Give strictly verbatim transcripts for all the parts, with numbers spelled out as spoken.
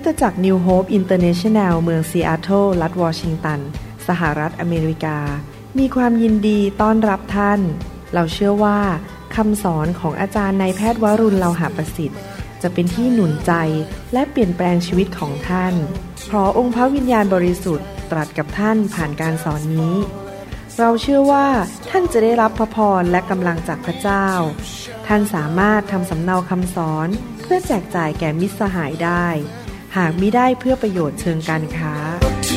ตจักร New Hope International เมืองซีแอตเทิลรัฐวอชิงตันสหรัฐอเมริกามีความยินดีต้อนรับท่านเราเชื่อว่าคำสอนของอาจารย์นายแพทย์วรุณ เลาหะประสิทธิ์จะเป็นที่หนุนใจและเปลี่ยนแปลงชีวิตของท่านขอองค์พระวิญญาณบริสุทธิ์ตรัสกับท่านผ่านการสอนนี้เราเชื่อว่าท่านจะได้รับพระพรและกำลังจากพระเจ้าท่านสามารถทำสำเนาคำสอนเพื่อแจกจ่ายแก่มิตรสหายได้หากมิได้เพื่อประโยชน์เชิงการค้า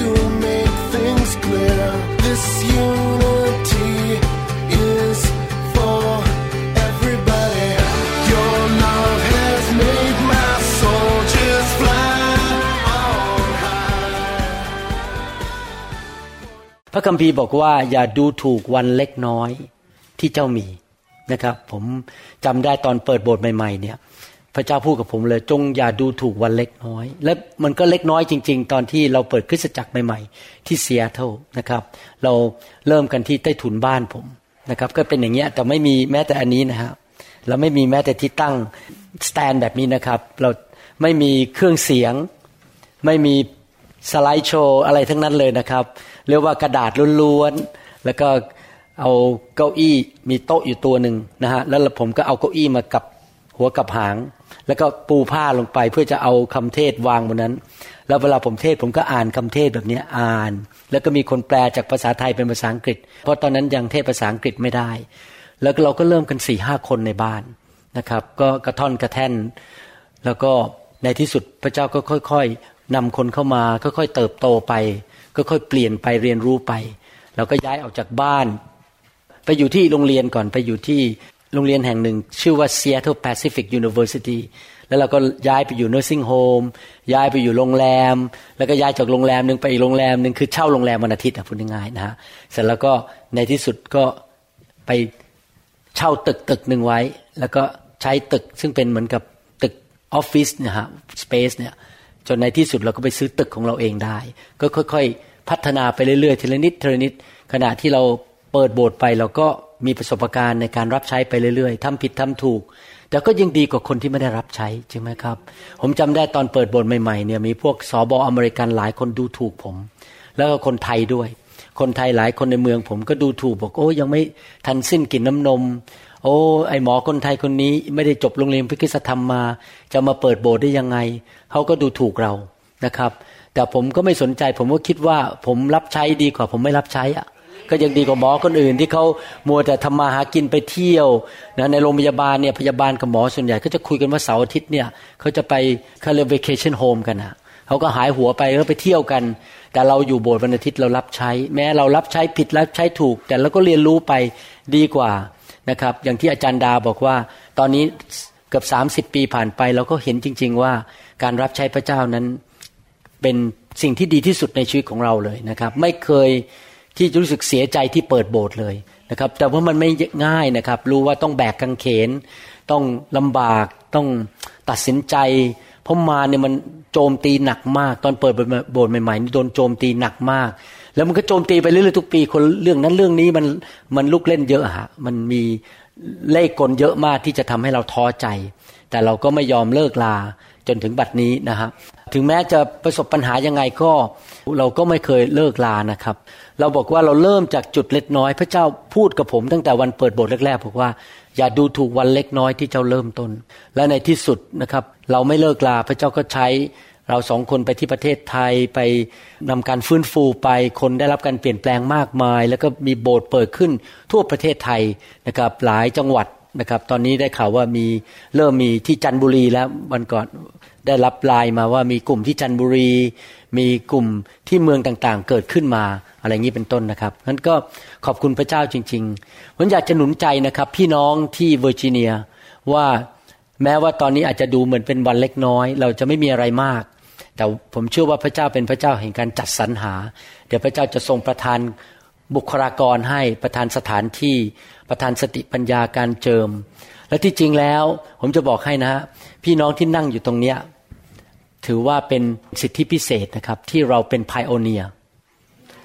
พระคัมภีร์บอกว่าอย่าดูถูกวันเล็กน้อยที่เจ้ามีนะครับผมจำได้ตอนเปิดโบสถ์ใหม่ๆเนี่ยพระเจ้าพูดกับผมเลยจงอย่าดูถูกวันเล็กน้อยและมันก็เล็กน้อยจริงๆตอนที่เราเปิดคริสตจักรใหม่ๆที่ซีแอตเทิลนะครับเราเริ่มกันที่ใต้ถุนบ้านผมนะครับก็เป็นอย่างเงี้ยแต่ไม่มีแม้แต่อันนี้นะฮะเราไม่มีแม้แต่ที่ตั้งสแตนแบบนี้นะครับเราไม่มีเครื่องเสียงไม่มีสไลด์โชว์อะไรทั้งนั้นเลยนะครับเรียกว่ากระดาษล้วนๆแล้วก็เอาเก้าอี้มีโต๊ะอยู่ตัวหนึ่งนะฮะแล้วผมก็เอาเก้าอี้มากับหัวกับหางแล้วก็ปูผ้าลงไปเพื่อจะเอาคำเทศวางบนนั้นแล้วเวลาผมเทศผมก็อ่านคำเทศแบบนี้อ่านแล้วก็มีคนแปลจากภาษาไทยเป็นภาษาอังกฤษเพราะตอนนั้นยังเทศภาษาอังกฤษไม่ได้แล้วเราก็เริ่มกัน สี่ห้า คนในบ้านนะครับก็กระท่อนกระแท่นแล้วก็ในที่สุดพระเจ้าก็ค่อยๆนำคนเข้ามาค่อยๆเติบโตไปค่อยๆเปลี่ยนไปเรียนรู้ไปเราก็ย้ายออกจากบ้านไปอยู่ที่โรงเรียนก่อนไปอยู่ที่โรงเรียนแห่งหนึ่งชื่อว่า Seattle Pacific University แล้วเราก็ย้ายไปอยู่ nursing home ย้ายไปอยู่โรงแรมแล้วก็ย้ายจากโรงแรมนึงไปอีกโรงแรมนึงคือเช่าโรงแรมวันอาทิตย์อ่ะพูดง่ายๆนะฮะเสร็จแล้วก็ในที่สุดก็ไปเช่าตึกตึกนึงไว้แล้วก็ใช้ตึกซึ่งเป็นเหมือนกับตึกออฟฟิศนะฮะ space เนี่ยจนในที่สุดเราก็ไปซื้อตึกของเราเองได้ก็ค่อยๆพัฒนาไปเรื่อยๆทีละนิดทีละนิดขณะที่เราเปิดโบสถ์ไปเราก็มีประสบการณ์ในการรับใช้ไปเรื่อยๆทำผิดทำถูกแต่ก็ยังดีกว่าคนที่ไม่ได้รับใช้จริงไหมครับผมจำได้ตอนเปิดโบสถ์ใหม่ๆเนี่ยมีพวกสบอเมริกันหลายคนดูถูกผมแล้วก็คนไทยด้วยคนไทยหลายคนในเมืองผมก็ดูถูกบอกโอ้ยังไม่ทันสิ้นกลิ่นน้ำนมโอ้ไอหมอคนไทยคนนี้ไม่ได้จบโรงเรียนพระคริสตธรรมมาจะมาเปิดโบสถ์ได้ยังไงเขาก็ดูถูกเรานะครับแต่ผมก็ไม่สนใจผมก็คิดว่าผมรับใช้ดีกว่าผมไม่รับใช้อ่ะก็ยังดีกว่าหมอคนอื่นที่เขามัวแต่ทำมาหากินไปเที่ยวนะในโรงพยาบาลเนี่ยพยาบาลกับหมอส่วนใหญ่ก็จะคุยกันว่าเสาร์อาทิตย์เนี่ยเขาจะไปเขาเรียก vacation home กันนะเขาก็หายหัวไปแล้วไปเที่ยวกันแต่เราอยู่โบสถ์วันอาทิตย์เรารับใช้แม้เรารับใช้ผิดรับใช้ถูกแต่เราก็เรียนรู้ไปดีกว่านะครับอย่างที่อาจารย์ดาบอกว่าตอนนี้เกือบสามสิบปีผ่านไปเราก็เห็นจริงๆว่าการรับใช้พระเจ้านั้นเป็นสิ่งที่ดีที่สุดในชีวิตของเราเลยนะครับไม่เคยที่รู้สึกเสียใจที่เปิดโบสถ์เลยนะครับแต่ว่ามันไม่ง่ายนะครับรู้ว่าต้องแบกกางเขนต้องลำบากต้องตัดสินใจเพราะมาเนี่ยมันโจมตีหนักมากตอนเปิดโบสถ์ใหม่ๆนี่โดนโจมตีหนักมากแล้วมันก็โจมตีไปเรื่อยๆทุกปีคนเรื่องนั้นเรื่องนี้มันมันลุกเล่นเยอะฮะมันมีเล่ห์กลเยอะมากที่จะทำให้เราท้อใจแต่เราก็ไม่ยอมเลิกลาจนถึงบัดนี้นะฮะถึงแม้จะประสบปัญหายังไงก็เราก็ไม่เคยเลิกลานะครับเราบอกว่าเราเริ่มจากจุดเล็กน้อยพระเจ้าพูดกับผมตั้งแต่วันเปิดโบสถ์แรกๆบอกว่าอย่าดูถูกวันเล็กน้อยที่เจ้าเริ่มต้นและในที่สุดนะครับเราไม่เลิกลาพระเจ้าก็ใช้เราสองคนไปที่ประเทศไทยไปนำการฟื้นฟูไปคนได้รับการเปลี่ยนแปลงมากมายแล้วก็มีโบสถ์เปิดขึ้นทั่วประเทศไทยนะครับหลายจังหวัดนะครับตอนนี้ได้ข่าวว่ามีเริ่มมีที่จันทบุรีแล้ววันก่อนได้รับไลน์มาว่ามีกลุ่มที่จันทบุรีมีกลุ่มที่เมืองต่างๆเกิดขึ้นมาอะไรอย่างนี้เป็นต้นนะครับงั้นก็ขอบคุณพระเจ้าจริงๆผมอยากจะหนุนใจนะครับพี่น้องที่เวอร์จิเนียว่าแม้ว่าตอนนี้อาจจะดูเหมือนเป็นวันเล็กน้อยเราจะไม่มีอะไรมากแต่ผมเชื่อว่าพระเจ้าเป็นพระเจ้าแห่งการจัดสรรหาเดี๋ยวพระเจ้าจะทรงประทานบุคลากรให้ประทานสถานที่ประทานสติปัญญาการเจิมและที่จริงแล้วผมจะบอกให้นะพี่น้องที่นั่งอยู่ตรงเนี้ยถือว่าเป็นสิทธิพิเศษนะครับที่เราเป็นไพโอเนียร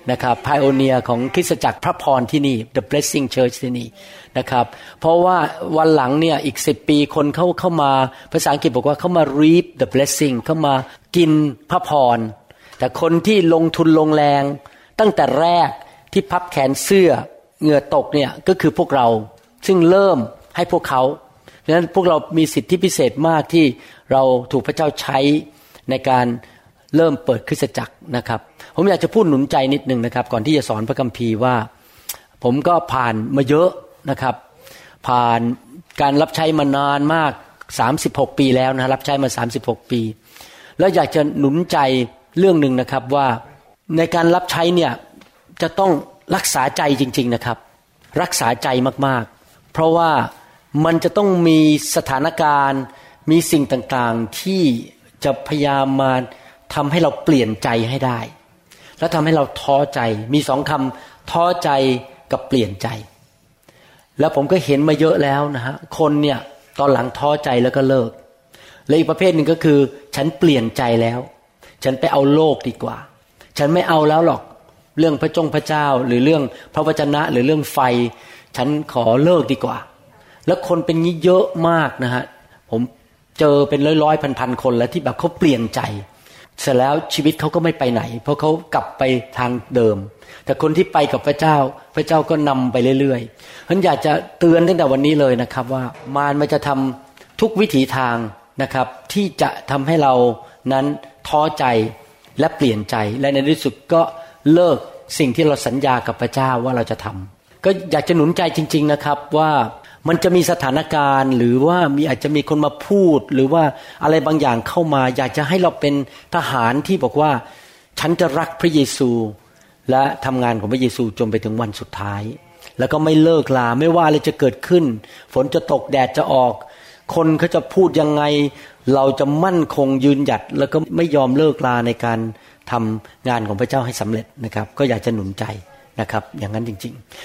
นะครับไพโอเนียของคริสตจักรพระพรที่นี่ The Blessing Church ที่นี่นะครับเพราะว่าวันหลังเนี่ยอีกสิบปีคนเข้าเข้ามาภาษาอังกฤษบอกว่าเข้ามา reap the blessing เข้ามากินพระพรแต่คนที่ลงทุนลงแรงตั้งแต่แรกที่พับแขนเสื้อเหงื่อตกเนี่ยก็คือพวกเราซึ่งเริ่มให้พวกเขาดังนั้นพวกเรามีสิทธิพิเศษมากที่เราถูกพระเจ้าใช้ในการเริ่มเปิดคริสตจักรนะครับผมอยากจะพูดหนุนใจนิดนึงนะครับก่อนที่จะสอนพระคัมภีร์ว่าผมก็ผ่านมาเยอะนะครับผ่านการรับใช้มานานมากสามสิบหกปีแล้วนะรับใช้มาสามสิบหกปีแล้วอยากจะหนุนใจเรื่องนึงนะครับว่าในการรับใช้เนี่ยจะต้องรักษาใจจริงๆนะครับรักษาใจมากๆเพราะว่ามันจะต้องมีสถานการณ์มีสิ่งต่างๆที่จะพยายามมาทำให้เราเปลี่ยนใจให้ได้แล้วทำให้เราท้อใจมีสองคำท้อใจกับเปลี่ยนใจแล้วผมก็เห็นมาเยอะแล้วนะฮะคนเนี่ยตอนหลังท้อใจแล้วก็เลิกและอีกประเภทหนึ่งก็คือฉันเปลี่ยนใจแล้วฉันไปเอาโลกดีกว่าฉันไม่เอาแล้วหรอกเรื่องพระจงพระเจ้าหรือเรื่องพระวจนะหรือเรื่องไฟฉันขอเลิกดีกว่าแล้วคนเป็นงี้เยอะมากนะฮะผมเจอเป็นร้อยๆพันๆคนแล้วที่แบบเขาเปลี่ยนใจเสร็จแล้วชีวิตเขาก็ไม่ไปไหนเพราะเขากลับไปทางเดิมแต่คนที่ไปกับพระเจ้าพระเจ้าก็นำไปเรื่อยๆฉันอยากจะเตือนตั้งแต่วันนี้เลยนะครับว่ามารมันจะทำทุกวิถีทางนะครับที่จะทำให้เรานั้นท้อใจและเปลี่ยนใจและในที่สุดก็เลิกสิ่งที่เราสัญญากับพระเจ้าว่าเราจะทำก็อยากจะหนุนใจจริงๆนะครับว่ามันจะมีสถานการณ์หรือว่ามีอาจจะมีคนมาพูดหรือว่าอะไรบางอย่างเข้ามาอยากจะให้เราเป็นทหารที่บอกว่าฉันจะรักพระเยซูและทำงานของพระเยซูจนไปถึงวันสุดท้ายแล้วก็ไม่เลิกลาไม่ว่าอะไรจะเกิดขึ้นฝนจะตกแดดจะออกคนเขาจะพูดยังไงเราจะมั่นคงยืนหยัดแล้วก็ไม่ยอมเลิกลาในการทำงานของพระเจ้าให้สำเร็จนะครับก็อยากจะหนุนใจนะครับอย่างนั้นจริงๆ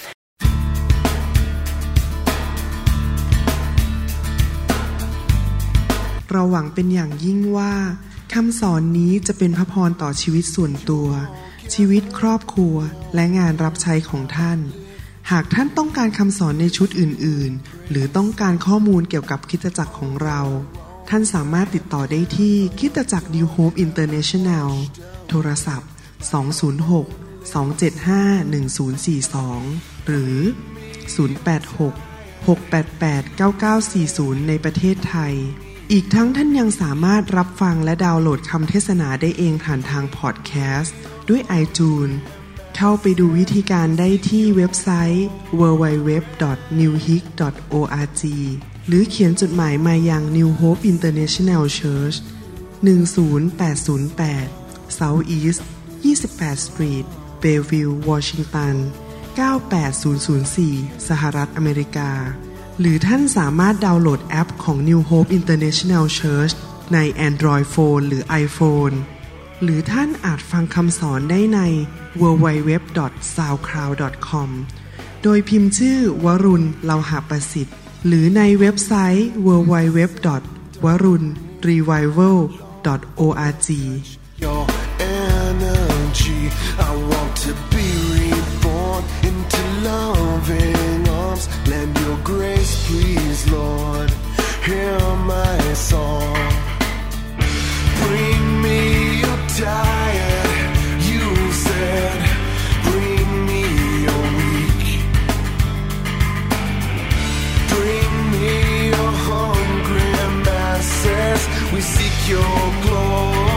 เราหวังเป็นอย่างยิ่งว่าคำสอนนี้จะเป็นพระพรต่อชีวิตส่วนตัวชีวิตครอบครัวและงานรับใช้ของท่านหากท่านต้องการคำสอนในชุดอื่นๆหรือต้องการข้อมูลเกี่ยวกับคริสตจักรของเราท่านสามารถติดต่อได้ที่คริสตจักร New Hope International โทรศัพท์สอง ศูนย์ หก สอง เจ็ด ห้า หนึ่ง ศูนย์ สี่ สองหรือศูนย์ แปด หก หก แปด แปด เก้า เก้า สี่ ศูนย์ในประเทศไทยอีกทั้งท่านยังสามารถรับฟังและดาวน์โหลดคำเทศนาได้เองผ่านทางพอดแคสต์ด้วย iTunes เข้าไปดูวิธีการได้ที่เว็บไซต์ ดับเบิลยู ดับเบิลยู ดับเบิลยู ดอท นิว ฮิก ดอท โอ อาร์ จี หรือเขียนจดหมายมายัง New Hope International Church หนึ่ง ศูนย์ แปด ศูนย์ แปด South East ยี่สิบแปด Street Bellevue Washington เก้า แปด ศูนย์ ศูนย์ สี่ สหรัฐอเมริกาหรือท่านสามารถดาวน์โหลดแอปของ New Hope International Church ใน Android Phone หรือ iPhone หรือท่านอาจฟังคำสอนได้ใน ดับเบิลยู ดับเบิลยู ดับเบิลยู ดอท ซาวด์คลาวด์ ดอท คอม โดยพิมพ์ชื่อวรุณ เลาหะประสิทธิ์หรือในเว็บไซต์ ดับเบิลยู ดับเบิลยู ดับเบิลยู ดอท วรุณ รีไววัล ดอท โอ อาร์ จี Your energy, I want to be reborn into loving arms. Lend your grace, please, Lord. Hear my song. Bring me your tired, you said. Bring me your weak. Bring me your hungry masses. We seek your glory.